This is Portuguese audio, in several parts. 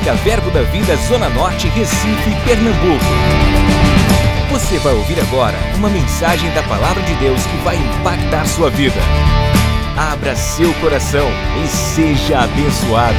Evangélica Verbo da Vida Zona Norte, Recife, Pernambuco. Você vai ouvir agora uma mensagem da Palavra de Deus que vai impactar sua vida. Abra seu coração e seja abençoado.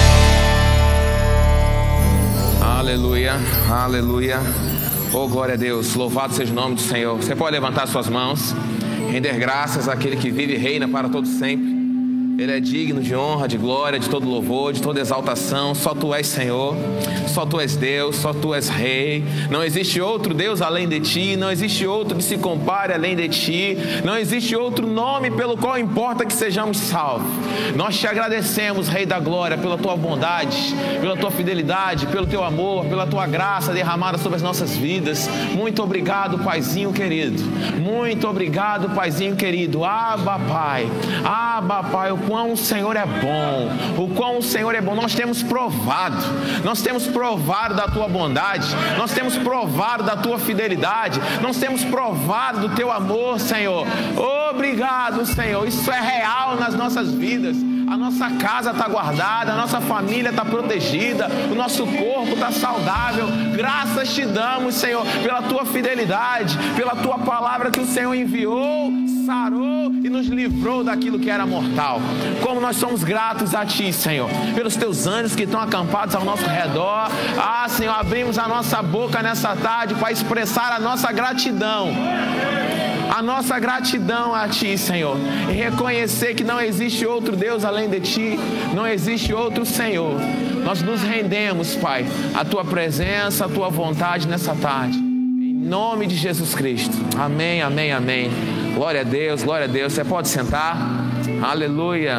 Aleluia, aleluia. Oh, glória a Deus, louvado seja o nome do Senhor. Você pode levantar suas mãos, render graças àquele que vive e reina para todo sempre. Ele é digno de honra, de glória, de todo louvor, de toda exaltação. Só Tu és Senhor, só Tu és Deus, só Tu és Rei. Não existe outro Deus além de Ti, não existe outro que se compare além de Ti, não existe outro nome pelo qual importa que sejamos salvos. Nós Te agradecemos, Rei da Glória, pela Tua bondade, pela Tua fidelidade, pelo Teu amor, pela Tua graça derramada sobre as nossas vidas. Muito obrigado, Paizinho querido. Muito obrigado, Paizinho querido. Abba, Pai. Abba, Pai. O quão o Senhor é bom, o quão o Senhor é bom. Nós temos provado da Tua bondade, nós temos provado da Tua fidelidade, nós temos provado do Teu amor, Senhor. Obrigado, Senhor, isso é real nas nossas vidas. A nossa casa está guardada, a nossa família está protegida, o nosso corpo está saudável. Graças Te damos, Senhor, pela Tua fidelidade, pela Tua palavra que o Senhor enviou, sarou e nos livrou daquilo que era mortal. Como nós somos gratos a Ti, Senhor, pelos Teus anjos que estão acampados ao nosso redor. Senhor, abrimos a nossa boca nessa tarde para expressar a nossa gratidão. A nossa gratidão a Ti, Senhor, e reconhecer que não existe outro Deus além de Ti, não existe outro Senhor. Nós nos rendemos, Pai, à Tua presença, à Tua vontade nessa tarde, em nome de Jesus Cristo. Amém, amém, amém. Glória a Deus, glória a Deus. Você pode sentar. Aleluia.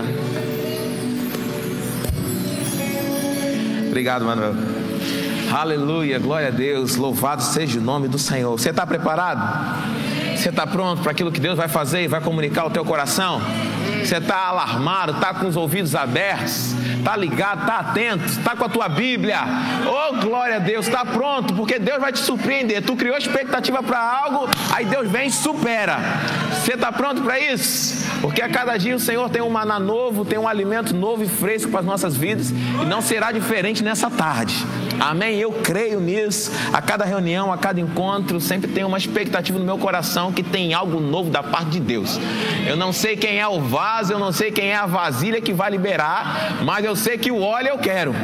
Obrigado, Manuel. Aleluia, glória a Deus. Louvado seja o nome do Senhor. Você está preparado? Você está pronto para aquilo que Deus vai fazer e vai comunicar ao teu coração? Você está alarmado, está com os ouvidos abertos, está ligado, está atento, está com a tua Bíblia? Oh, glória a Deus, está pronto, porque Deus vai te surpreender. Tu criou expectativa para algo, aí Deus vem e supera. Você está pronto para isso? Porque a cada dia o Senhor tem um maná novo, tem um alimento novo e fresco para as nossas vidas, e não será diferente nessa tarde. Amém? Eu creio nisso. A cada reunião, a cada encontro, sempre tem uma expectativa no meu coração que tem algo novo da parte de Deus. Eu não sei quem é o vaso, eu não sei quem é a vasilha que vai liberar, mas eu sei que o óleo eu quero.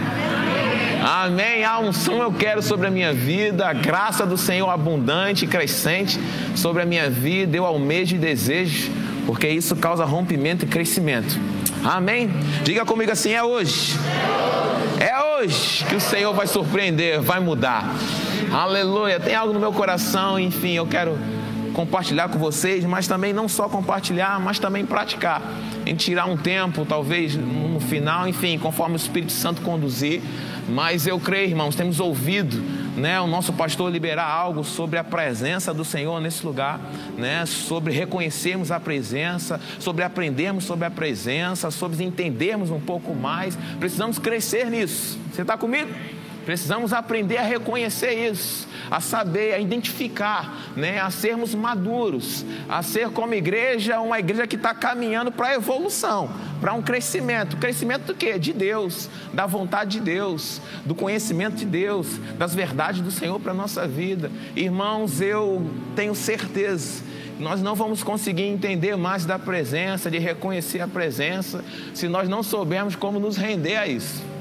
Amém? A unção eu quero sobre a minha vida, a graça do Senhor abundante e crescente sobre a minha vida, eu almejo e desejo, porque isso causa rompimento e crescimento. Amém? Diga comigo assim: é hoje. É hoje que o Senhor vai surpreender, vai mudar. Aleluia. Tem algo no meu coração, enfim, eu quero compartilhar com vocês, mas também não só compartilhar, mas também praticar. Em tirar um tempo, talvez no final, enfim, conforme o Espírito Santo conduzir. Mas eu creio, irmãos, temos ouvido, o nosso pastor liberar algo sobre a presença do Senhor nesse lugar, sobre reconhecermos a presença, sobre aprendermos sobre a presença, sobre entendermos um pouco mais. Precisamos crescer nisso. Você está comigo? Precisamos aprender a reconhecer isso, a saber, a identificar, a sermos maduros, a ser como igreja, uma igreja que está caminhando para a evolução, para um crescimento. Crescimento do quê? De Deus, da vontade de Deus, do conhecimento de Deus, das verdades do Senhor para a nossa vida. Irmãos, eu tenho certeza, nós não vamos conseguir entender mais da presença, de reconhecer a presença, se nós não soubermos como nos render a isso.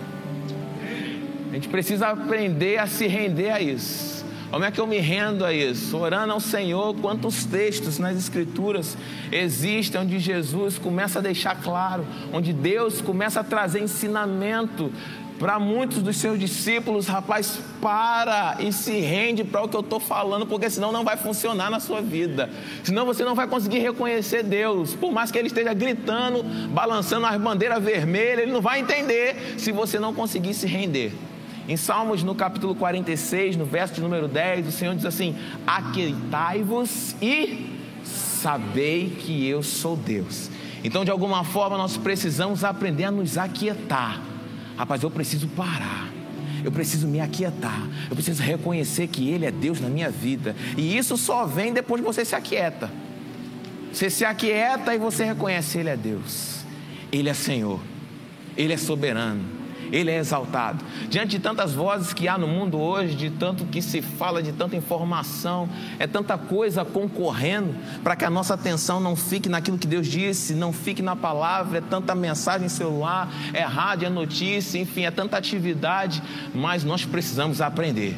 A gente precisa aprender a se render a isso. Como é que eu me rendo a isso? Orando ao Senhor. Quantos textos nas Escrituras existem onde Jesus começa a deixar claro, onde Deus começa a trazer ensinamento para muitos dos seus discípulos. Rapaz, para e se rende para o que eu estou falando, porque senão não vai funcionar na sua vida. Senão você não vai conseguir reconhecer Deus. Por mais que Ele esteja gritando, balançando as bandeiras vermelhas, Ele não vai entender se você não conseguir se render. Em Salmos, no capítulo 46, no verso de número 10, o Senhor diz assim: aquietai-vos e sabei que eu sou Deus. Então, de alguma forma, nós precisamos aprender a nos aquietar. Rapaz, eu preciso parar, eu preciso me aquietar, eu preciso reconhecer que Ele é Deus na minha vida. E isso só vem depois que você se aquieta. Você se aquieta e você reconhece: Ele é Deus, Ele é Senhor, Ele é soberano, Ele é exaltado. Diante de tantas vozes que há no mundo hoje, de tanto que se fala, de tanta informação, é tanta coisa concorrendo para que a nossa atenção não fique naquilo que Deus disse, não fique na palavra. É tanta mensagem celular, é rádio, é notícia, enfim, é tanta atividade, mas nós precisamos aprender.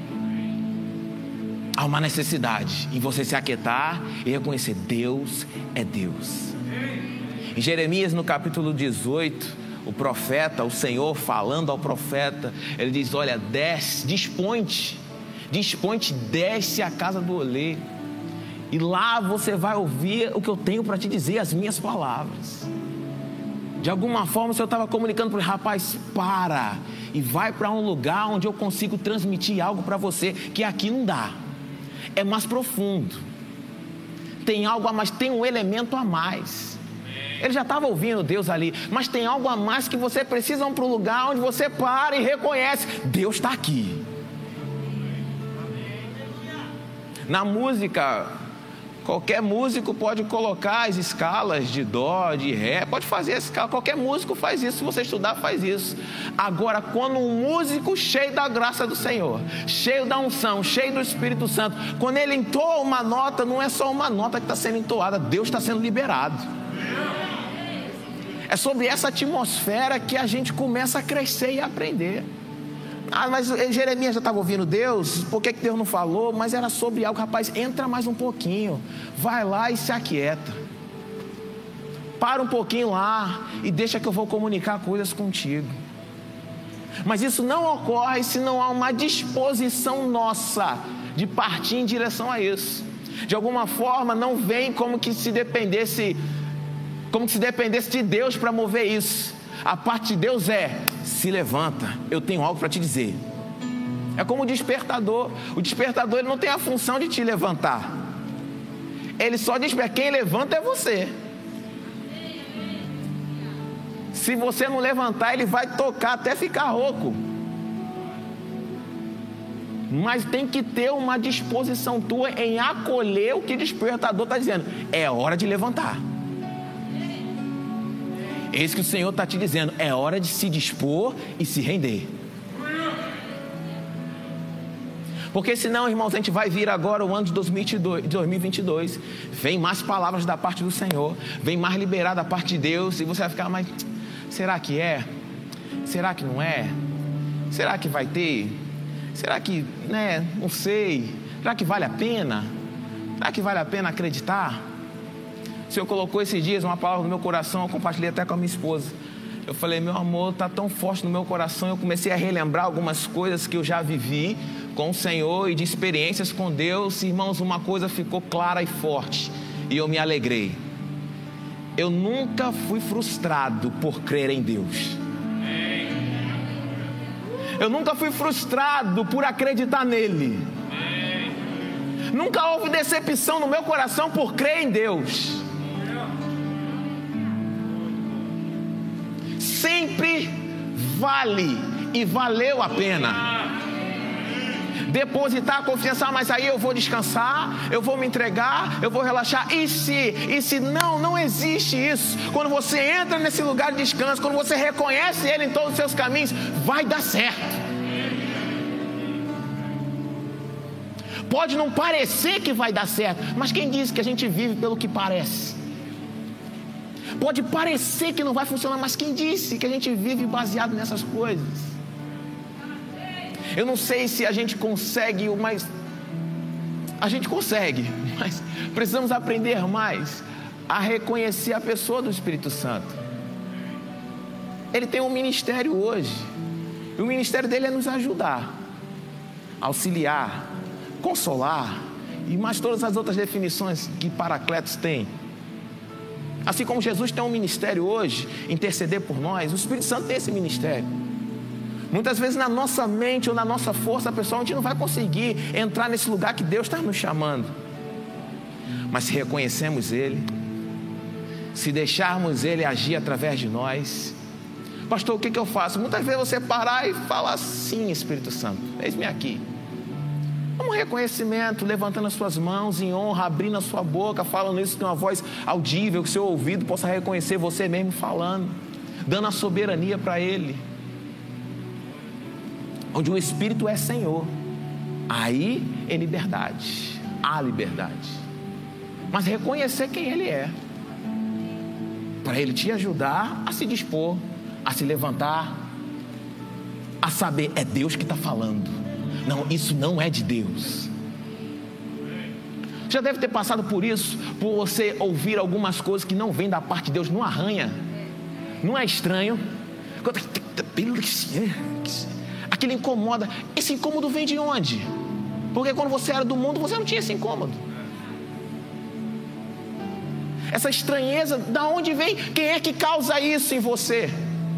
Há uma necessidade em você se aquietar e reconhecer: Deus é Deus. Em Jeremias, no capítulo 18, o profeta, o Senhor falando ao profeta, ele diz: olha, desce, dispõe-te, desce à casa do oleiro, e lá você vai ouvir o que eu tenho para te dizer, as minhas palavras. De alguma forma o Senhor estava comunicando para ele: rapaz, para e vai para um lugar onde eu consigo transmitir algo para você que aqui não dá. É mais profundo, tem algo a mais, tem um elemento a mais. Ele já estava ouvindo Deus ali, mas tem algo a mais que você precisa ir para um lugar onde você para e reconhece: Deus está aqui. Na música, qualquer músico pode colocar as escalas de dó, de ré, pode fazer a escala, qualquer músico faz isso, se você estudar faz isso. Agora, quando um músico cheio da graça do Senhor, cheio da unção, cheio do Espírito Santo, quando ele entoa uma nota, não é só uma nota que está sendo entoada, Deus está sendo liberado. É sobre essa atmosfera que a gente começa a crescer e a aprender. Mas Jeremias já estava ouvindo Deus, por que Deus não falou? Mas era sobre algo: rapaz, entra mais um pouquinho, vai lá e se aquieta, para um pouquinho lá e deixa que eu vou comunicar coisas contigo. Mas isso não ocorre se não há uma disposição nossa de partir em direção a isso. De alguma forma não vem como que se dependesse de Deus para mover isso. A parte de Deus é: se levanta, eu tenho algo para te dizer. É como o despertador. O despertador, ele não tem a função de te levantar. Ele só desperta. Quem levanta é você. Se você não levantar, ele vai tocar até ficar rouco. Mas tem que ter uma disposição tua em acolher o que o despertador está dizendo. É hora de levantar. Eis que o Senhor está te dizendo: é hora de se dispor e se render. Porque senão, irmãos, a gente vai vir agora o ano de 2022. Vem mais palavras da parte do Senhor, vem mais liberado da parte de Deus, e você vai ficar: mas será que é? Será que não é? Será que vai ter? Será que, não sei. Será que vale a pena? Será que vale a pena acreditar? O Senhor colocou esses dias uma palavra no meu coração, eu compartilhei até com a minha esposa. Eu falei: meu amor, está tão forte no meu coração. Eu comecei a relembrar algumas coisas que eu já vivi com o Senhor e de experiências com Deus. Irmãos, uma coisa ficou clara e forte, e eu me alegrei. Eu nunca fui frustrado por crer em Deus. Eu nunca fui frustrado por acreditar nele. Nunca houve decepção no meu coração por crer em Deus. Sempre vale e valeu a pena depositar a confiança. Mas aí eu vou descansar, eu vou me entregar, eu vou relaxar. E se não existe isso. Quando você entra nesse lugar de descanso, quando você reconhece Ele em todos os seus caminhos, vai dar certo. Pode não parecer que vai dar certo, mas quem diz que a gente vive pelo que parece? Pode parecer que não vai funcionar, mas quem disse que a gente vive baseado nessas coisas? Eu não sei se a gente consegue, mas a gente consegue, mas precisamos aprender mais a reconhecer a pessoa do Espírito Santo. Ele tem um ministério hoje, e o ministério dele é nos ajudar, auxiliar, consolar, e mais todas as outras definições que Paracletos tem. Assim como Jesus tem um ministério hoje, interceder por nós, o Espírito Santo tem esse ministério. Muitas vezes na nossa mente ou na nossa força pessoal, a gente não vai conseguir entrar nesse lugar que Deus está nos chamando. Mas se reconhecemos Ele, se deixarmos Ele agir através de nós. Pastor, o que eu faço? Muitas vezes você parar e falar: sim, Espírito Santo, eis-me aqui. Um reconhecimento, levantando as suas mãos em honra, abrindo a sua boca, falando isso com uma voz audível, que o seu ouvido possa reconhecer você mesmo falando, dando a soberania para Ele. onde o Espírito é Senhor, aí é liberdade, há liberdade. Mas reconhecer quem Ele é, para Ele te ajudar a se dispor, a se levantar, a saber, é Deus que está falando. Não, isso não é de Deus. Já deve ter passado por isso, por você ouvir algumas coisas que não vêm da parte de Deus, não arranha, não é estranho, aquilo incomoda. Esse incômodo vem de onde? Porque quando você era do mundo, você não tinha esse incômodo. Essa estranheza, da onde vem? Quem é que causa isso em você?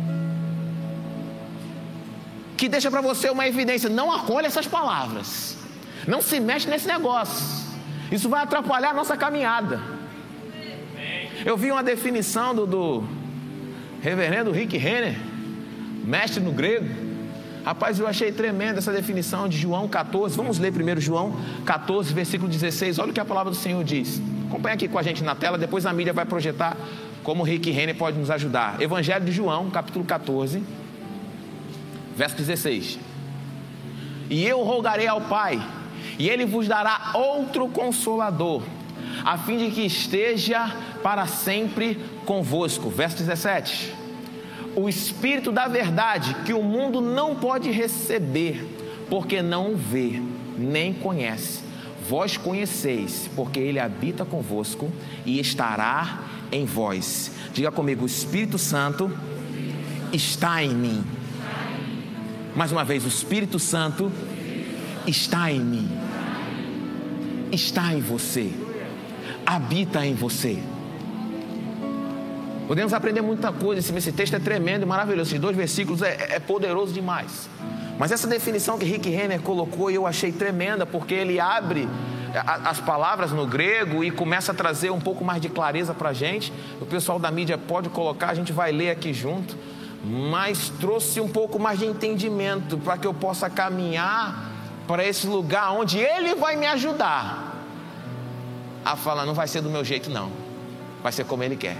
Que deixa para você uma evidência. Não acolhe essas palavras, não se mexe nesse negócio, isso vai atrapalhar a nossa caminhada. Eu vi uma definição do reverendo Rick Renner, mestre no grego. Rapaz, eu achei tremenda essa definição de João 14. Vamos ler primeiro João 14, versículo 16. Olha o que a palavra do Senhor diz. Acompanha aqui com a gente na tela, depois a mídia vai projetar como Rick Renner pode nos ajudar. Evangelho de João, capítulo 14, verso 16. E eu rogarei ao Pai, e Ele vos dará outro Consolador, a fim de que esteja para sempre convosco. Verso 17. O Espírito da verdade, que o mundo não pode receber, porque não o vê, nem conhece. Vós conheceis, porque Ele habita convosco e estará em vós. Diga comigo, o Espírito Santo está em mim. Mais uma vez, o Espírito Santo está em mim, está em você, habita em você. Podemos aprender muita coisa. Esse texto é tremendo e maravilhoso. Esses 2 versículos é poderoso demais. Mas essa definição que Rick Renner colocou, eu achei tremenda, porque ele abre as palavras no grego e começa a trazer um pouco mais de clareza para a gente. O pessoal da mídia pode colocar, a gente vai ler aqui junto. Mas trouxe um pouco mais de entendimento para que eu possa caminhar para esse lugar onde Ele vai me ajudar a falar, não vai ser do meu jeito não, vai ser como Ele quer.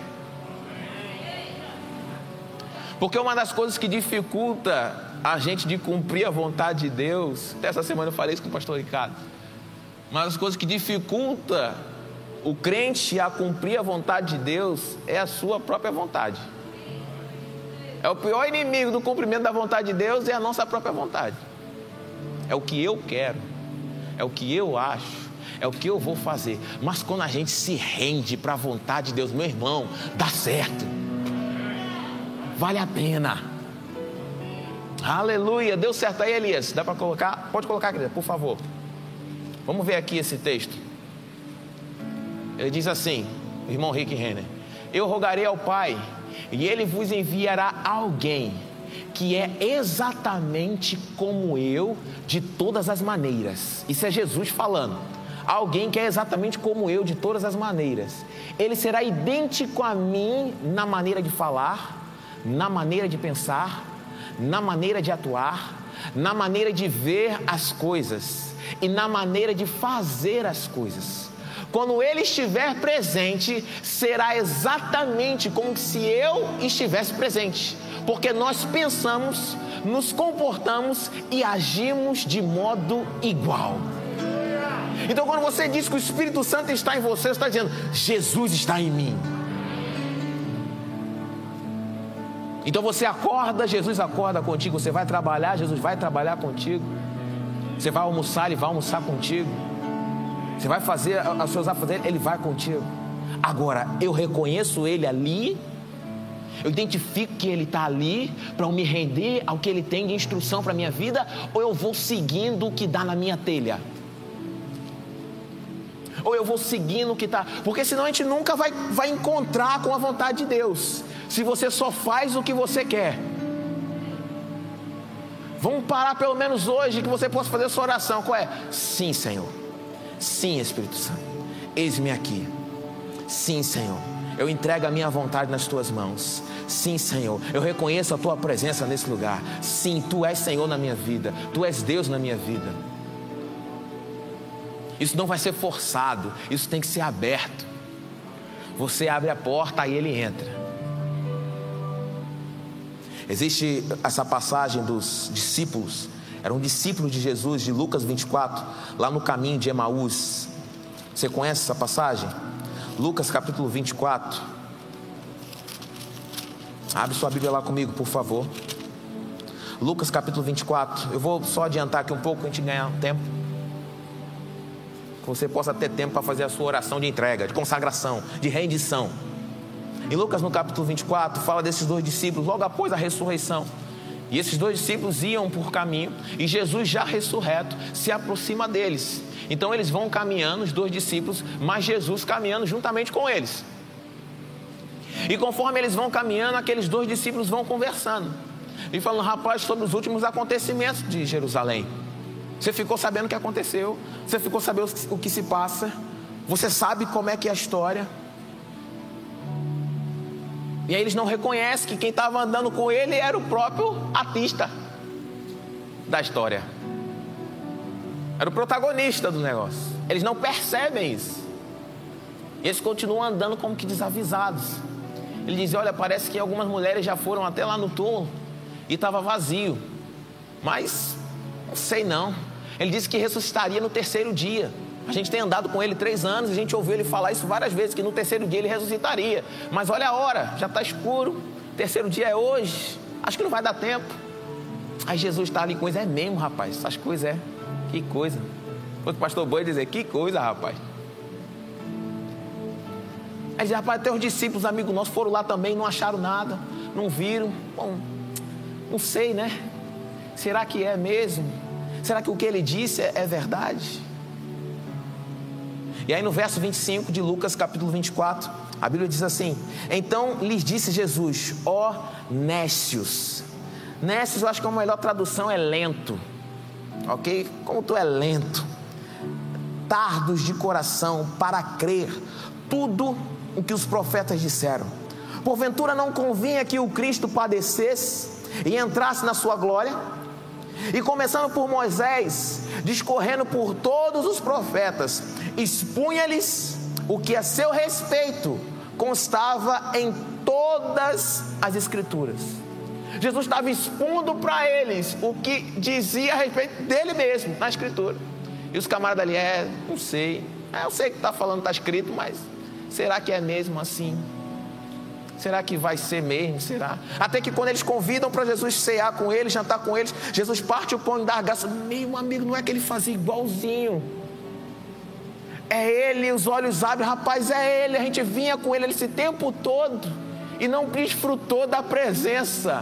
Porque uma das coisas que dificulta a gente de cumprir a vontade de Deus, até essa semana eu falei isso com o pastor Ricardo, uma das coisas que dificulta o crente a cumprir a vontade de Deus é a sua própria vontade. É o pior inimigo do cumprimento da vontade de Deus, é a nossa própria vontade. É o que eu quero, é o que eu acho, é o que eu vou fazer. Mas quando a gente se rende para a vontade de Deus, meu irmão, dá certo, vale a pena. Aleluia, deu certo aí, Elias. Dá para colocar? Pode colocar, querida, por favor. Vamos ver aqui esse texto. Ele diz assim, o irmão Rick Renner: eu rogarei ao Pai, e Ele vos enviará alguém que é exatamente como eu, de todas as maneiras. Isso é Jesus falando. Alguém que é exatamente como eu, de todas as maneiras. Ele será idêntico a mim na maneira de falar, na maneira de pensar, na maneira de atuar, na maneira de ver as coisas e na maneira de fazer as coisas. Quando Ele estiver presente, será exatamente como se eu estivesse presente, porque nós pensamos, nos comportamos e agimos de modo igual. Então, quando você diz que o Espírito Santo está em você, você está dizendo, Jesus está em mim. Então você acorda, Jesus acorda contigo. Você vai trabalhar, Jesus vai trabalhar contigo. Você vai almoçar, Ele vai almoçar contigo. Você vai fazer os seus afazeres, Ele vai contigo. Agora, eu reconheço Ele ali, eu identifico que Ele está ali para eu me render ao que Ele tem de instrução para a minha vida, ou eu vou seguindo o que dá na minha telha? Ou eu vou seguindo o que está... Porque senão a gente nunca vai encontrar com a vontade de Deus, se você só faz o que você quer. Vamos parar pelo menos hoje, que você possa fazer a sua oração. Qual é? Sim, Senhor. Sim, Espírito Santo, eis-me aqui. Sim, Senhor, eu entrego a minha vontade nas Tuas mãos. Sim, Senhor, eu reconheço a Tua presença nesse lugar. Sim, Tu és Senhor na minha vida, Tu és Deus na minha vida. Isso não vai ser forçado, isso tem que ser aberto. Você abre a porta, aí Ele entra. Existe essa passagem dos discípulos Era um discípulo de Jesus, de Lucas 24, lá no caminho de Emaús. Você conhece essa passagem? Lucas capítulo 24. Abre sua Bíblia lá comigo, por favor. Lucas capítulo 24. Eu vou só adiantar aqui um pouco, para a gente ganhar tempo, que você possa ter tempo para fazer a sua oração de entrega, de consagração, de rendição. Em Lucas no capítulo 24, fala desses dois discípulos logo após a ressurreição. E esses dois discípulos iam por caminho, e Jesus, já ressurreto, se aproxima deles. Então eles vão caminhando, os dois discípulos, mas Jesus caminhando juntamente com eles. E conforme eles vão caminhando, aqueles dois discípulos vão conversando e falando, rapaz, sobre os últimos acontecimentos de Jerusalém. Você ficou sabendo o que aconteceu? Você ficou sabendo o que se passa? Você sabe como é que é a história? E aí eles não reconhecem que quem estava andando com ele era o próprio artista da história. Era o protagonista do negócio. Eles não percebem isso. E eles continuam andando como que desavisados. Ele diz, olha, parece que algumas mulheres já foram até lá no túmulo e estava vazio. Mas, não sei não. Ele disse que ressuscitaria no terceiro dia. A gente tem andado com ele 3 anos e a gente ouviu ele falar isso várias vezes, que no terceiro dia ele ressuscitaria. Mas olha a hora, já está escuro, terceiro dia é hoje, acho que não vai dar tempo. Aí Jesus está ali com eles, é mesmo, rapaz, essas coisas que coisa. O pastor Boi dizer, que coisa, rapaz. Aí diz, rapaz, até os discípulos, amigos nossos, foram lá também, não acharam nada, não viram. Bom, não sei, né? Será que é mesmo? Será que o que ele disse é verdade? E aí no verso 25 de Lucas capítulo 24, a Bíblia diz assim, então lhes disse Jesus, ó nécios. Nécios, eu acho que a melhor tradução é lento, ok? Como tu é lento, tardos de coração para crer tudo o que os profetas disseram. Porventura não convinha que o Cristo padecesse e entrasse na sua glória? E começando por Moisés, discorrendo por todos os profetas, expunha-lhes o que a seu respeito constava em todas as escrituras. Jesus estava expondo para eles o que dizia a respeito dele mesmo na escritura. E os camaradas ali, não sei, eu sei que está falando, está escrito, mas será que é mesmo assim? Será que vai ser mesmo? Será? Até que quando eles convidam para Jesus cear com eles, jantar com eles, Jesus parte o pão e dá a graça. Meu amigo, não é que ele fazia igualzinho. É ele, os olhos abrem, rapaz, é ele. A gente vinha com ele esse tempo todo e não desfrutou da presença.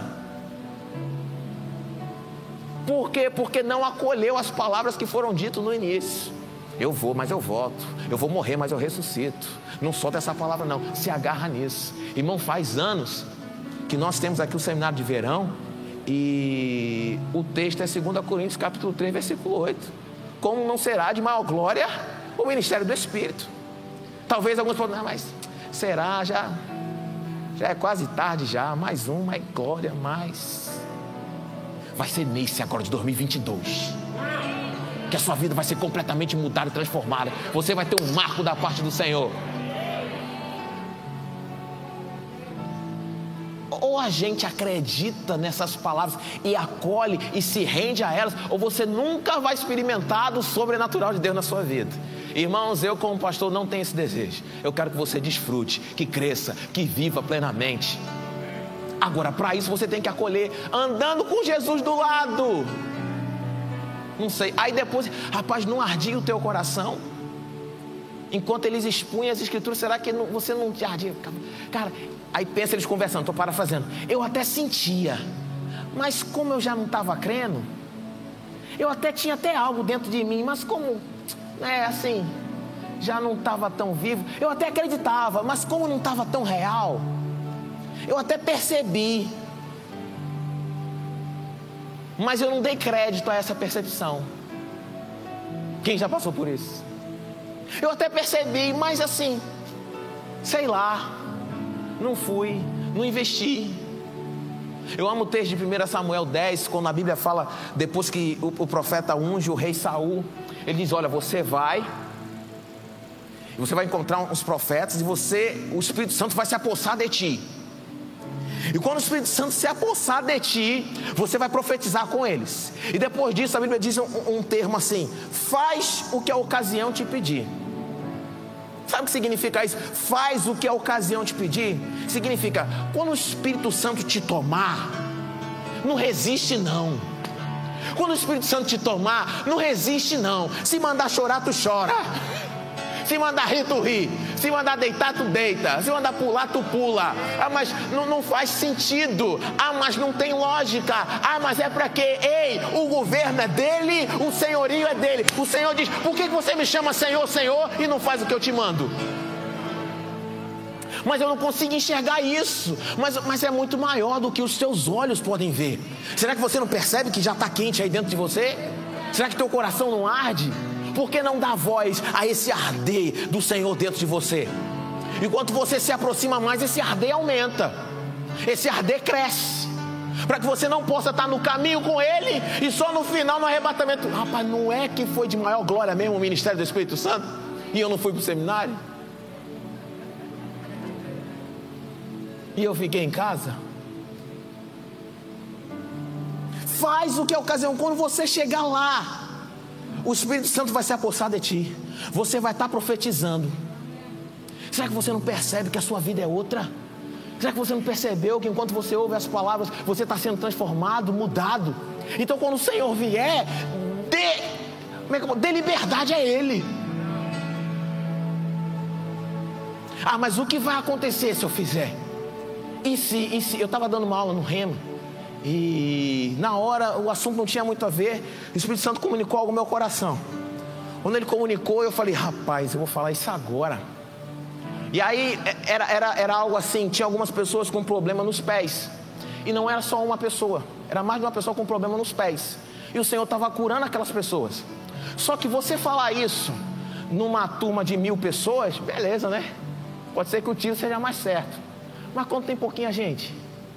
Por quê? Porque não acolheu as palavras que foram ditas no início. Eu vou, mas eu volto. Eu vou morrer, mas eu ressuscito. Não solta essa palavra não, se agarra nisso. Irmão, faz anos que nós temos aqui o seminário de verão e o texto é 2 Coríntios capítulo 3, versículo 8. Como não será de maior glória o ministério do Espírito? Talvez alguns podem, mas será? Já é quase tarde já, mais glória, mais. Vai ser nesse agora de 2022. Que a sua vida vai ser completamente mudada e transformada. Você vai ter um marco da parte do Senhor. Ou a gente acredita nessas palavras e acolhe e se rende a elas, ou você nunca vai experimentar do sobrenatural de Deus na sua vida. Irmãos, eu como pastor não tenho esse desejo. Eu quero que você desfrute, que cresça, que viva plenamente. Agora, para isso você tem que acolher, andando com Jesus do lado. Não sei, aí depois, rapaz, não ardia o teu coração? Enquanto eles expunham as escrituras, será que você não te ardia? Cara, aí pensa eles conversando, estou parafraseando. Eu até sentia, mas como eu já não estava crendo, eu até tinha até algo dentro de mim, mas como, assim, já não estava tão vivo, eu até acreditava, mas como não estava tão real, eu até percebi, mas eu não dei crédito a essa percepção. Quem já passou por isso? Eu até percebi, mas assim, sei lá, não fui, não investi. Eu amo o texto de 1 Samuel 10, quando a Bíblia fala, depois que o profeta unge o rei Saul, ele diz, olha, você vai encontrar uns profetas e o Espírito Santo vai se apossar de ti. E quando o Espírito Santo se apossar de ti, você vai profetizar com eles. E depois disso a Bíblia diz um termo assim: faz o que a ocasião te pedir. Sabe o que significa isso? Faz o que a ocasião te pedir. Significa, quando o Espírito Santo te tomar, não resiste não. Quando o Espírito Santo te tomar, não resiste não. Se mandar chorar, tu chora. Se mandar rir, tu ri. Se mandar deitar, tu deita. Se mandar pular, tu pula. Ah, mas não faz sentido. Ah, mas não tem lógica. Ah, mas é para quê? Ei, o governo é dele, o senhorio é dele. O Senhor diz: por que você me chama Senhor, Senhor, e não faz o que eu te mando? Mas eu não consigo enxergar isso. Mas é muito maior do que os seus olhos podem ver. Será que você não percebe que já está quente aí dentro de você? Será que teu coração não arde? Por que não dá voz a esse arder do Senhor dentro de você? Enquanto você se aproxima mais, esse arder aumenta. Esse arder cresce. Para que você não possa estar no caminho com Ele e só no final, no arrebatamento: rapaz, não é que foi de maior glória mesmo o ministério do Espírito Santo? E eu não fui para o seminário? E eu fiquei em casa? Faz o que é ocasião. Quando você chegar lá, o Espírito Santo vai se apossar de ti. Você vai estar profetizando. Será que você não percebe que a sua vida é outra? Será que você não percebeu que enquanto você ouve as palavras, você está sendo transformado, mudado? Então quando o Senhor vier, dê liberdade a Ele. Ah, mas o que vai acontecer se eu fizer? E se eu estava dando uma aula no Rema, e na hora o assunto não tinha muito a ver, o Espírito Santo comunicou algo no meu coração. Quando ele comunicou, eu falei: rapaz, eu vou falar isso agora. E aí era algo assim: tinha algumas pessoas com problema nos pés. E não era só uma pessoa, era mais de uma pessoa com problema nos pés. E o Senhor estava curando aquelas pessoas. Só que você falar isso numa turma de 1000 pessoas, beleza, né? Pode ser que o tiro seja mais certo. Mas quando tem pouquinha gente?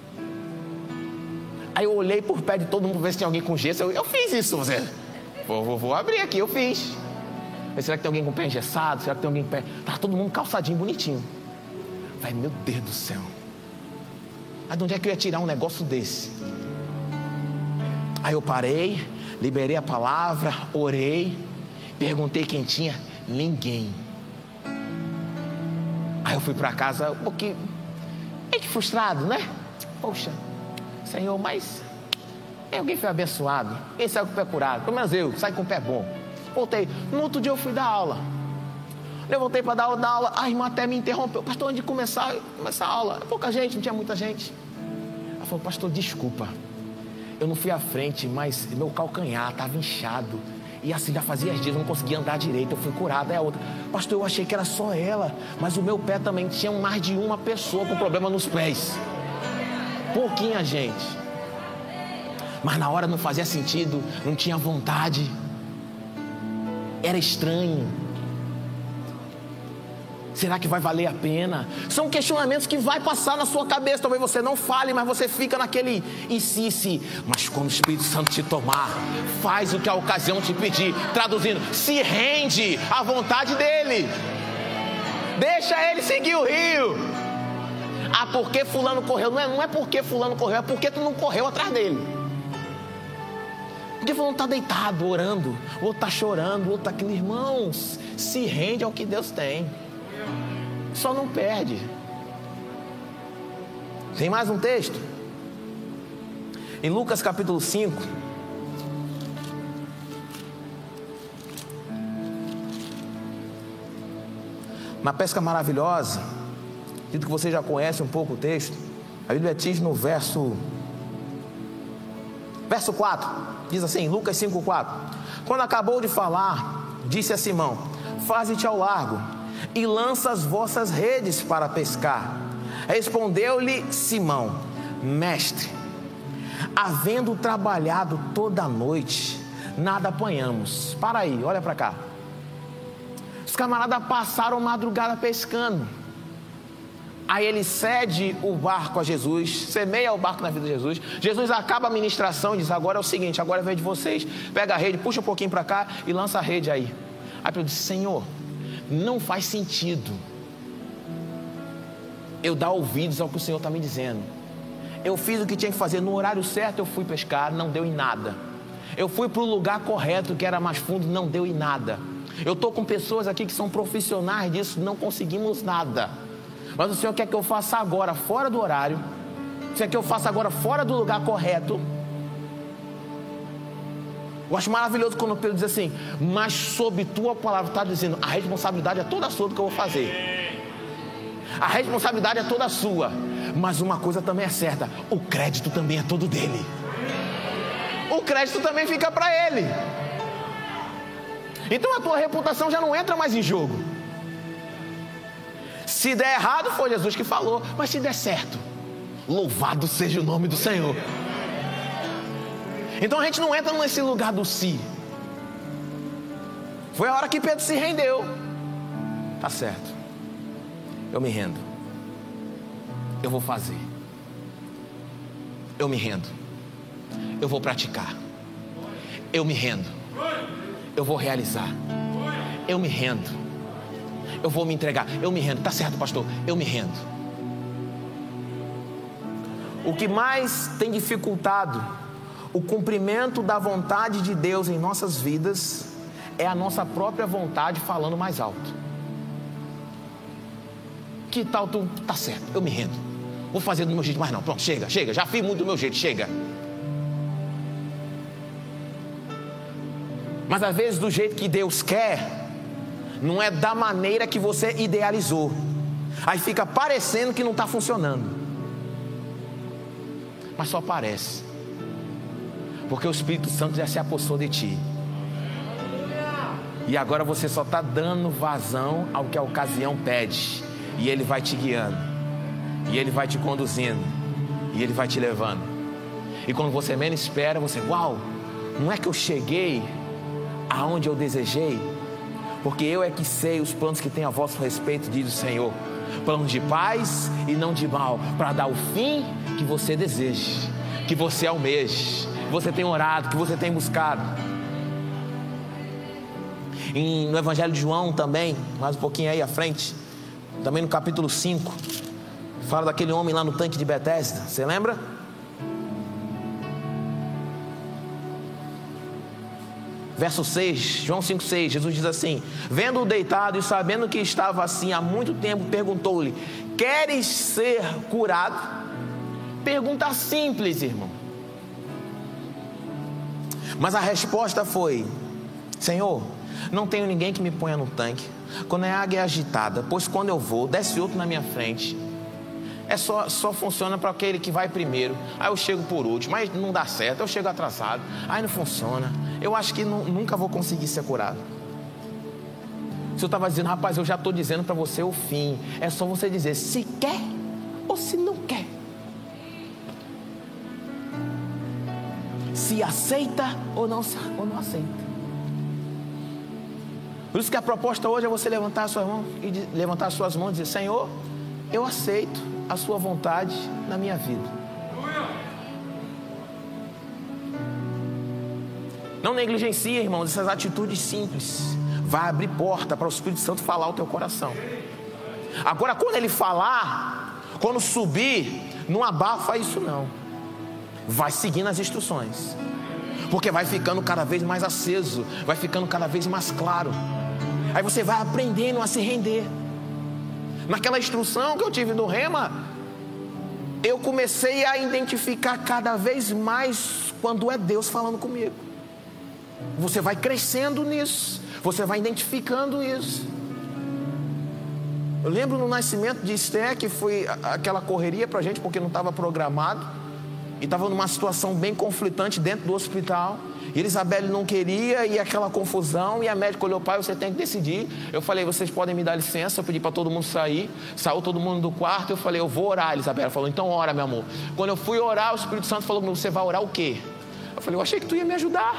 Aí eu olhei por pé de todo mundo para ver se tinha alguém com gesso. Eu fiz isso, você. Vou abrir aqui, eu fiz. Mas será que tem alguém com o pé engessado? Será que tem alguém com o pé... Tá todo mundo calçadinho, bonitinho. Vai, meu Deus do céu. Aí de onde é que eu ia tirar um negócio desse? Aí eu parei, liberei a palavra, orei, perguntei quem tinha. Ninguém. Aí eu fui para casa um pouquinho... meio que frustrado, né? Poxa, Senhor, mas alguém foi abençoado, quem saiu com o pé curado? Pelo menos eu, saí com o pé bom. Voltei, no outro dia eu fui dar aula. Eu voltei para dar aula, a irmã até me interrompeu: pastor, antes de começar a aula, pouca gente, não tinha muita gente. Ela falou: pastor, desculpa, eu não fui à frente, mas meu calcanhar estava inchado. E assim já fazia dias, eu não conseguia andar direito, eu fui curada. É a outra: pastor, eu achei que era só ela, mas o meu pé também tinha mais de uma pessoa com problema nos pés. Pouquinha gente. Mas na hora não fazia sentido, não tinha vontade. Era estranho. Será que vai valer a pena? São questionamentos que vai passar na sua cabeça. Talvez você não fale, mas você fica naquele e se. Mas quando o Espírito Santo te tomar, faz o que a ocasião te pedir. Traduzindo: se rende à vontade dele. Deixa ele seguir o rio. Ah, porque fulano correu? Não é porque fulano correu, é porque tu não correu atrás dele. Porque fulano está deitado, orando, ou está chorando, ou está aquilo. Irmãos, se rende ao que Deus tem. Só não perde. Tem mais um texto? Em Lucas capítulo 5. Uma pesca maravilhosa. Dito que você já conhece um pouco o texto. A Bíblia diz no verso 4. Diz assim, Lucas 5:4. Quando acabou de falar, disse a Simão: faze-te ao largo e lança as vossas redes para pescar. Respondeu-lhe Simão: mestre, havendo trabalhado toda a noite, nada apanhamos. Para aí, olha para cá. Os camaradas passaram madrugada pescando. Aí ele cede o barco a Jesus, semeia o barco na vida de Jesus. Jesus acaba a ministração e diz: agora é o seguinte, agora é a vez de vocês. Pega a rede, puxa um pouquinho para cá e lança a rede aí. Aí Pedro disse: Senhor, não faz sentido eu dar ouvidos ao que o Senhor está me dizendo. Eu fiz o que tinha que fazer, no horário certo eu fui pescar, não deu em nada. Eu fui para o lugar correto, que era mais fundo, não deu em nada. Eu estou com pessoas aqui que são profissionais disso, não conseguimos nada. Mas o Senhor quer que eu faça agora, fora do horário. O Senhor quer que eu faça agora, fora do lugar correto. Eu acho maravilhoso quando Pedro diz assim: mas sob tua palavra, está dizendo, a responsabilidade é toda sua do que eu vou fazer. A responsabilidade é toda sua. Mas uma coisa também é certa: o crédito também é todo dele. O crédito também fica para ele. Então a tua reputação já não entra mais em jogo. Se der errado, foi Jesus que falou. Mas se der certo, louvado seja o nome do Senhor. Então a gente não entra nesse lugar do si. Foi a hora que Pedro se rendeu. Tá certo, eu me rendo. Eu vou fazer. Eu me rendo. Eu vou praticar. Eu me rendo. Eu vou realizar. Eu me rendo. Eu vou me entregar. Eu me rendo. Tá certo, pastor, eu me rendo. O que mais tem dificultado o cumprimento da vontade de Deus em nossas vidas é a nossa própria vontade falando mais alto. Que tal tu? Tá certo, eu me rendo. Vou fazer do meu jeito, mas não, pronto, chega, já fiz muito do meu jeito, chega. Mas às vezes do jeito que Deus quer, não é da maneira que você idealizou. Aí fica parecendo que não está funcionando. Mas só parece, porque o Espírito Santo já se apossou de ti. E agora você só está dando vazão ao que a ocasião pede. E Ele vai te guiando, e Ele vai te conduzindo, e Ele vai te levando. E quando você menos espera, você, uau, não é que eu cheguei aonde eu desejei? Porque eu é que sei os planos que tenho a vosso respeito, diz o Senhor. Planos de paz e não de mal, para dar o fim que você deseja, que você almeja, que você tem orado, que você tem buscado. No Evangelho de João também, mais um pouquinho aí à frente, também no capítulo 5, fala daquele homem lá no tanque de Betesda, você lembra? Verso 6, João 5,6, Jesus diz assim: vendo-o deitado e sabendo que estava assim há muito tempo, perguntou-lhe: queres ser curado? Pergunta simples, irmão. Mas a resposta foi: Senhor, não tenho ninguém que me ponha no tanque quando a água é agitada, pois quando eu vou, desce outro na minha frente. Só funciona para aquele que vai primeiro. Aí eu chego por último, aí não dá certo, eu chego atrasado, aí não funciona. Eu acho que nunca vou conseguir ser curado. O Senhor estava dizendo: rapaz, eu já estou dizendo para você o fim. É só você dizer se quer ou se não quer, se aceita ou não aceita. Por isso que a proposta hoje é você levantar as suas mãos e dizer: Senhor, eu aceito a sua vontade na minha vida. Não negligencie, irmãos, essas atitudes simples. Vai abrir porta para o Espírito Santo falar o teu coração. Agora, quando ele falar, quando subir, não abafa isso não. Vai seguindo as instruções, porque vai ficando cada vez mais aceso, vai ficando cada vez mais claro. Aí você vai aprendendo a se render. Naquela instrução que eu tive no Rema, eu comecei a identificar cada vez mais quando é Deus falando comigo. Você vai crescendo nisso, você vai identificando isso. Eu lembro no nascimento de Esther, que foi aquela correria pra gente, porque não estava programado, e estava numa situação bem conflitante dentro do hospital. E Elizabeth não queria, e aquela confusão, e a médica olhou: pai, você tem que decidir. Eu falei: vocês podem me dar licença? Eu pedi para todo mundo sair. Saiu todo mundo do quarto. Eu falei: eu vou orar. Elizabeth falou: então ora, meu amor. Quando eu fui orar, o Espírito Santo falou: você vai orar o quê? Eu falei: eu achei que tu ia me ajudar.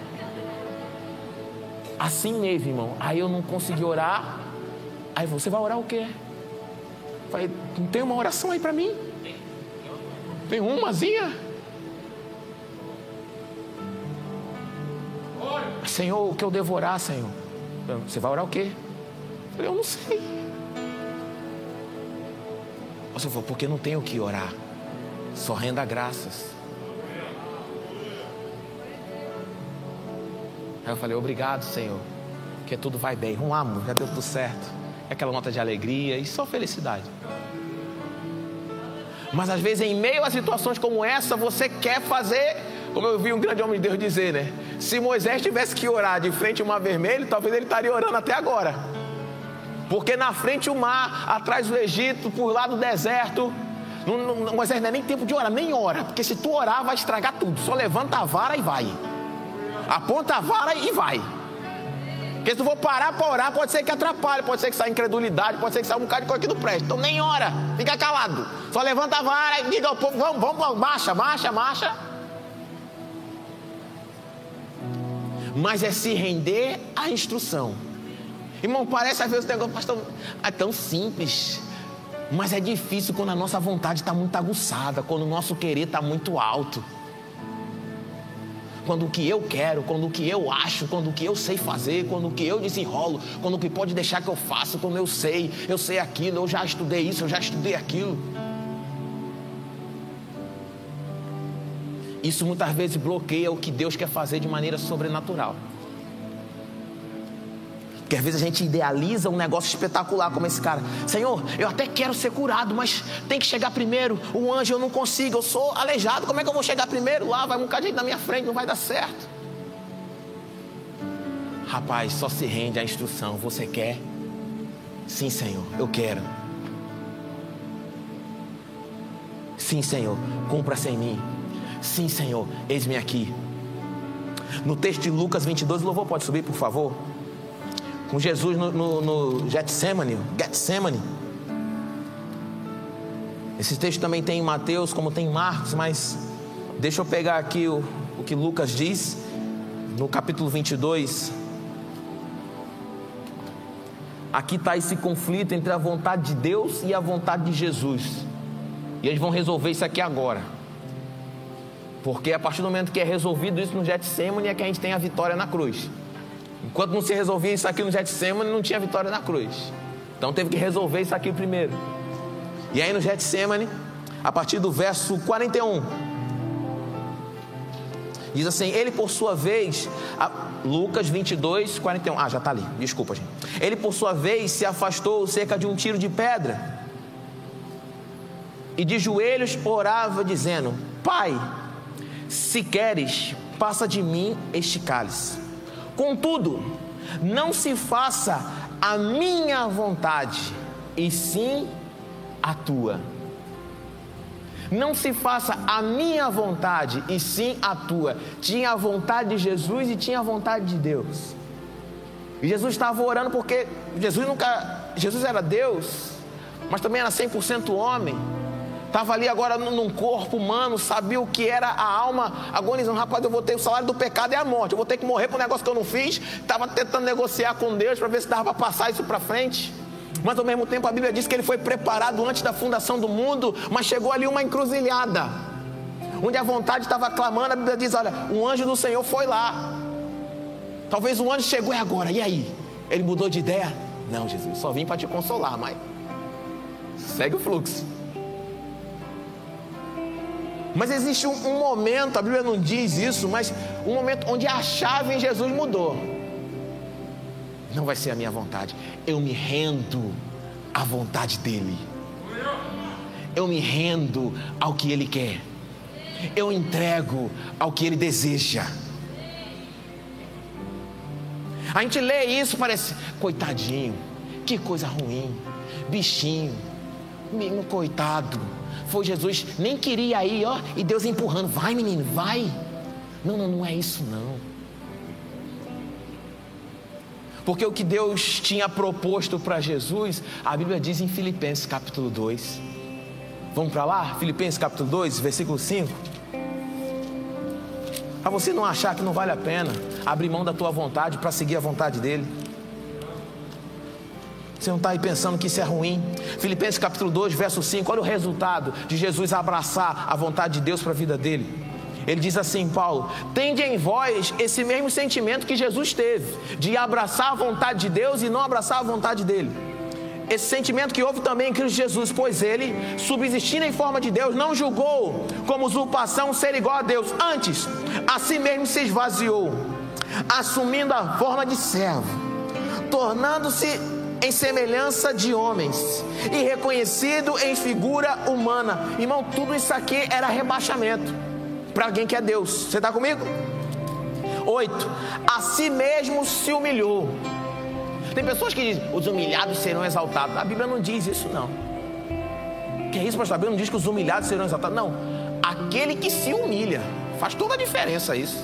Assim mesmo, irmão. Aí eu não consegui orar. Aí você vai orar o quê? Eu falei: não tem uma oração aí para mim? Tem umazinha? Senhor, o que eu devo orar, Senhor? Você vai orar o quê? Eu falei: eu não sei. Você falou: porque não tem o que orar. Só renda graças. Aí eu falei, obrigado, Senhor, porque tudo vai bem. Amor, já deu tudo certo. É aquela nota de alegria e só felicidade. Mas às vezes, em meio a situações como essa, você quer fazer, como eu vi um grande homem de Deus dizer, né? Se Moisés tivesse que orar de frente ao mar vermelho, talvez ele estaria orando até agora. Porque na frente o mar, atrás o Egito, por lá do deserto. Moisés não é nem tempo de orar, nem ora. Porque se tu orar, vai estragar tudo. Só levanta a vara e vai. Aponta a vara e vai. Porque se tu for parar para orar, pode ser que atrapalhe, pode ser que saia incredulidade, pode ser que saia um bocado de coisa que não presta. Então nem ora, fica calado. Só levanta a vara e diga ao povo, vamos, marcha. Mas é se render à instrução. Irmão, parece às vezes o negócio pastor, é tão simples. Mas é difícil quando a nossa vontade está muito aguçada, quando o nosso querer está muito alto. Quando o que eu quero, quando o que eu acho, quando o que eu sei fazer, quando o que eu desenrolo, quando o que pode deixar que eu faço, quando eu sei aquilo, eu já estudei isso, eu já estudei aquilo. Isso muitas vezes bloqueia o que Deus quer fazer de maneira sobrenatural. Porque às vezes a gente idealiza um negócio espetacular como esse cara. Senhor, eu até quero ser curado, mas tem que chegar primeiro. O anjo eu não consigo, eu sou aleijado. Como é que eu vou chegar primeiro? Lá vai um bocado de gente na minha frente, não vai dar certo. Rapaz, só se rende à instrução. Você quer? Sim, Senhor, eu quero. Sim, Senhor, cumpra-se em mim. Sim, Senhor, eis-me aqui. No texto de Lucas 22, o louvor pode subir, por favor? Com Jesus no Getsemane. Esse texto também tem em Mateus, como tem em Marcos, mas deixa eu pegar aqui o que Lucas diz, no capítulo 22. Aqui está esse conflito entre a vontade de Deus e a vontade de Jesus. E eles vão resolver isso aqui agora. Porque a partir do momento que é resolvido isso no Getsemane, é que a gente tem a vitória na cruz. Enquanto não se resolvia isso aqui no Getsemane, não tinha vitória na cruz. Então teve que resolver isso aqui primeiro. E aí no Getsemane, a partir do verso 41, diz assim: ele por sua vez, Lucas 22, 41, já está ali, desculpa gente. Ele por sua vez se afastou cerca de um tiro de pedra e de joelhos orava dizendo: Pai, se queres, passa de mim este cálice. Contudo, não se faça a minha vontade, e sim a tua. Não se faça a minha vontade, e sim a tua. Tinha a vontade de Jesus e tinha a vontade de Deus. E Jesus estava orando porque Jesus era Deus, mas também era 100% homem. Estava ali agora num corpo humano, sabia o que era a alma agonizando. Rapaz, eu vou ter o salário do pecado é a morte, eu vou ter que morrer por um negócio que eu não fiz. Estava tentando negociar com Deus para ver se dava para passar isso para frente. Mas ao mesmo tempo a Bíblia diz que ele foi preparado antes da fundação do mundo. Mas chegou ali uma encruzilhada, onde a vontade estava clamando. A Bíblia diz: olha, um anjo do Senhor foi lá. Talvez o anjo chegou e agora, e aí? Ele mudou de ideia? Não, Jesus, só vim para te consolar, mas segue o fluxo. Mas existe um momento, a Bíblia não diz isso, mas um momento onde a chave em Jesus mudou. Não vai ser a minha vontade, eu me rendo à vontade dEle. Eu me rendo ao que Ele quer. Eu entrego ao que Ele deseja. A gente lê isso e parece: coitadinho, que coisa ruim, bichinho, menino coitado. Foi Jesus, nem queria ir, e Deus empurrando: vai menino, vai. Não é isso não. Porque o que Deus tinha proposto para Jesus, a Bíblia diz em Filipenses capítulo 2. Vamos para lá? Filipenses capítulo 2, versículo 5. Para você não achar que não vale a pena abrir mão da tua vontade para seguir a vontade dEle. Você não está aí pensando que isso é ruim? Filipenses capítulo 2, verso 5, olha o resultado de Jesus abraçar a vontade de Deus para a vida dele. Ele diz assim, Paulo: tende em vós esse mesmo sentimento que Jesus teve, de abraçar a vontade de Deus e não abraçar a vontade dele. esse sentimento que houve também em Cristo Jesus, pois ele, subsistindo em forma de Deus, não julgou como usurpação ser igual a Deus. Antes, a si mesmo se esvaziou, assumindo a forma de servo, tornando-se em semelhança de homens e reconhecido em figura humana. Irmão, tudo isso aqui era rebaixamento para alguém que é Deus. Você está comigo? 8. A si mesmo se humilhou. Tem pessoas que dizem, os humilhados serão exaltados. A Bíblia não diz isso, não. Que é isso, pastor? A Bíblia não diz que os humilhados serão exaltados. Não, aquele que se humilha. Faz toda a diferença isso.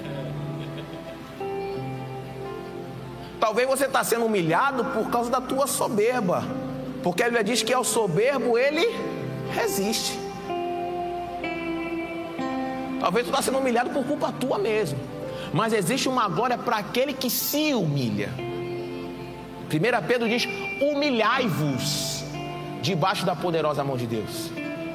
Talvez você está sendo humilhado por causa da tua soberba, porque a Bíblia diz que ao soberbo ele resiste. Talvez tu está sendo humilhado por culpa tua mesmo, mas existe uma glória para aquele que se humilha. 1 Pedro diz, humilhai-vos debaixo da poderosa mão de Deus.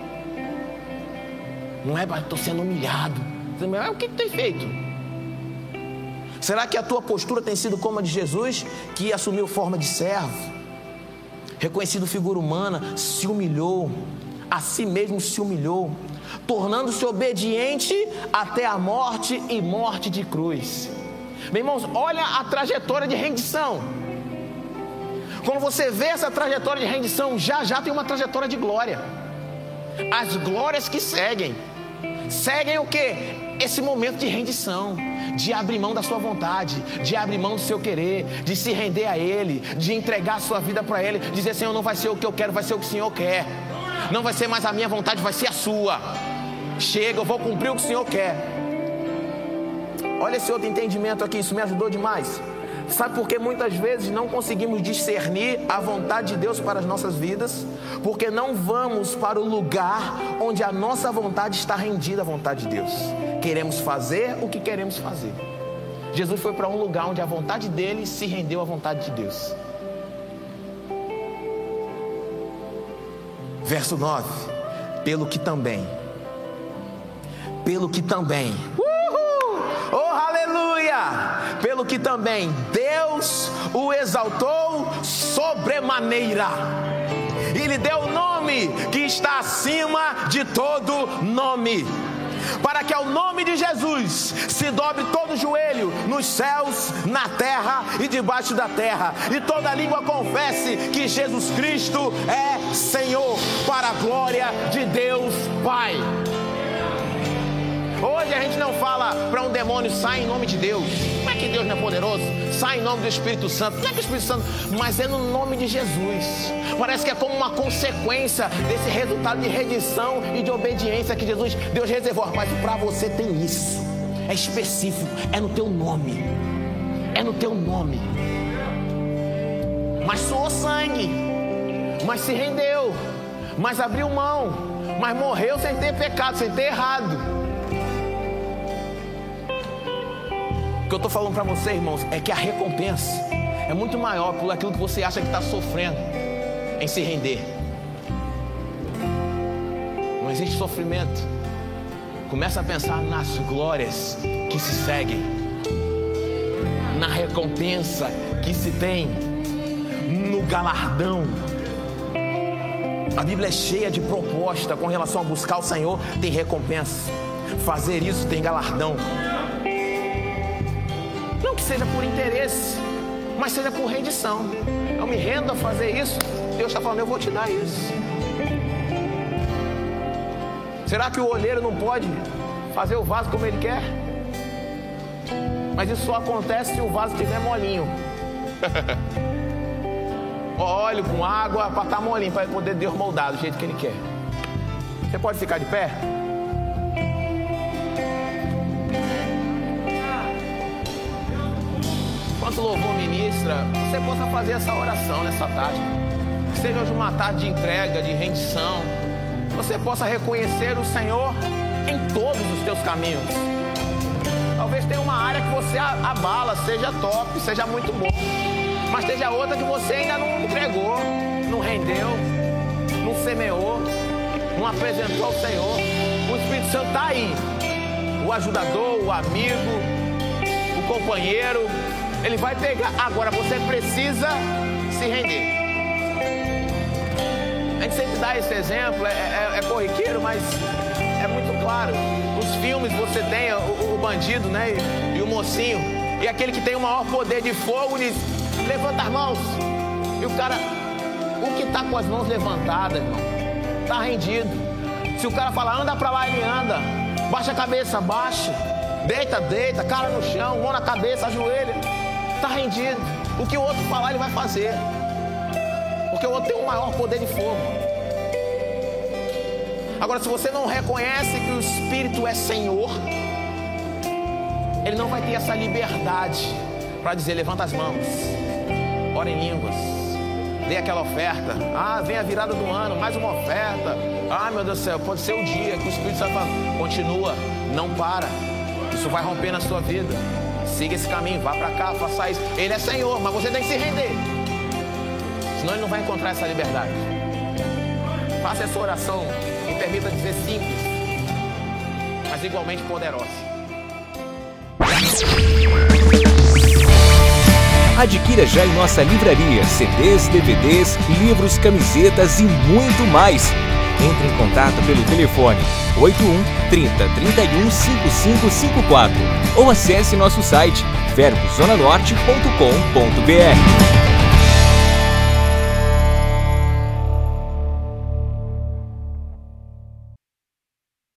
Não é, estou sendo humilhado. O que tu tem feito? Será que a tua postura tem sido como a de Jesus, que assumiu forma de servo, reconhecido figura humana, se humilhou, a si mesmo se humilhou, tornando-se obediente até a morte e morte de cruz? Meus irmãos, olha a trajetória de rendição. Quando você vê essa trajetória de rendição, já tem uma trajetória de glória. As glórias que seguem o quê? Esse momento de rendição, de abrir mão da sua vontade, de abrir mão do seu querer, de se render a Ele, de entregar a sua vida para Ele, dizer, Senhor, não vai ser o que eu quero, vai ser o que o Senhor quer. Não vai ser mais a minha vontade, vai ser a sua. Chega, eu vou cumprir o que o Senhor quer. Olha esse outro entendimento aqui, isso me ajudou demais. Sabe por que muitas vezes não conseguimos discernir a vontade de Deus para as nossas vidas? Porque não vamos para o lugar onde a nossa vontade está rendida à vontade de Deus. Queremos fazer o que queremos fazer. Jesus foi para um lugar onde a vontade dele se rendeu à vontade de Deus. Verso 9. Pelo que também. Oh, aleluia! Pelo que também Deus o exaltou sobremaneira e lhe deu o nome que está acima de todo nome, para que ao nome de Jesus se dobre todo joelho nos céus, na terra e debaixo da terra, e toda língua confesse que Jesus Cristo é Senhor, para a glória de Deus Pai. Hoje a gente não fala para um demônio, sai em nome de Deus. Não é que Deus não é poderoso? Sai em nome do Espírito Santo. Não é que o Espírito Santo, mas é no nome de Jesus. Parece que é como uma consequência desse resultado de redenção e de obediência que Deus reservou. Mas para você tem isso. É específico, é no teu nome. É no teu nome. Mas suou sangue, mas se rendeu, mas abriu mão, mas morreu sem ter pecado, sem ter errado. O que eu estou falando para você, irmãos, é que a recompensa é muito maior por aquilo que você acha que está sofrendo em se render. Não existe sofrimento. Começa a pensar nas glórias que se seguem, na recompensa que se tem, no galardão. A Bíblia é cheia de proposta com relação a buscar o Senhor, tem recompensa. Fazer isso tem galardão. Não que seja por interesse, mas seja por rendição. Eu me rendo a fazer isso, Deus está falando, eu vou te dar isso. Será que o olheiro não pode fazer o vaso como ele quer? Mas isso só acontece se o vaso estiver molinho. Óleo com água para estar molinho, para ele poder Deus moldar do jeito que ele quer. Você pode ficar de pé? Enquanto o louvor ministra, você possa fazer essa oração nessa tarde. Que seja hoje uma tarde de entrega, de rendição. Você possa reconhecer o Senhor em todos os teus caminhos. Talvez tenha uma área que você abala, seja top, seja muito bom. Mas seja outra que você ainda não entregou, não rendeu, não semeou, não apresentou ao Senhor. O Espírito Santo está aí. O ajudador, o amigo, o companheiro. Ele vai pegar. Agora você precisa se render. A gente sempre dá esse exemplo, é corriqueiro, mas é muito claro. Nos filmes você tem o bandido, né? E o mocinho. E aquele que tem o maior poder de fogo diz: levanta as mãos. E o cara, o que está com as mãos levantadas, irmão, está rendido. Se o cara falar, anda para lá, ele anda. Baixa a cabeça, baixa. Deita, cara no chão, mão na cabeça, ajoelha. Está rendido. O que o outro falar, ele vai fazer. Porque o outro tem o maior poder de fogo. Agora, se você não reconhece que o Espírito é Senhor, ele não vai ter essa liberdade para dizer: levanta as mãos, ora em línguas, dê aquela oferta. Vem a virada do ano, mais uma oferta. Meu Deus do céu, pode ser o dia que o Espírito Santo fala: continua, não para. Isso vai romper na sua vida. Siga esse caminho, vá para cá, faça isso. Ele é Senhor, mas você tem que se render. Senão ele não vai encontrar essa liberdade. Faça essa oração, me permita dizer simples, mas igualmente poderosa. Adquira já em nossa livraria CDs, DVDs, livros, camisetas e muito mais. Entre em contato pelo telefone 81 30 31 5554 ou acesse nosso site verbozonanorte.com.br.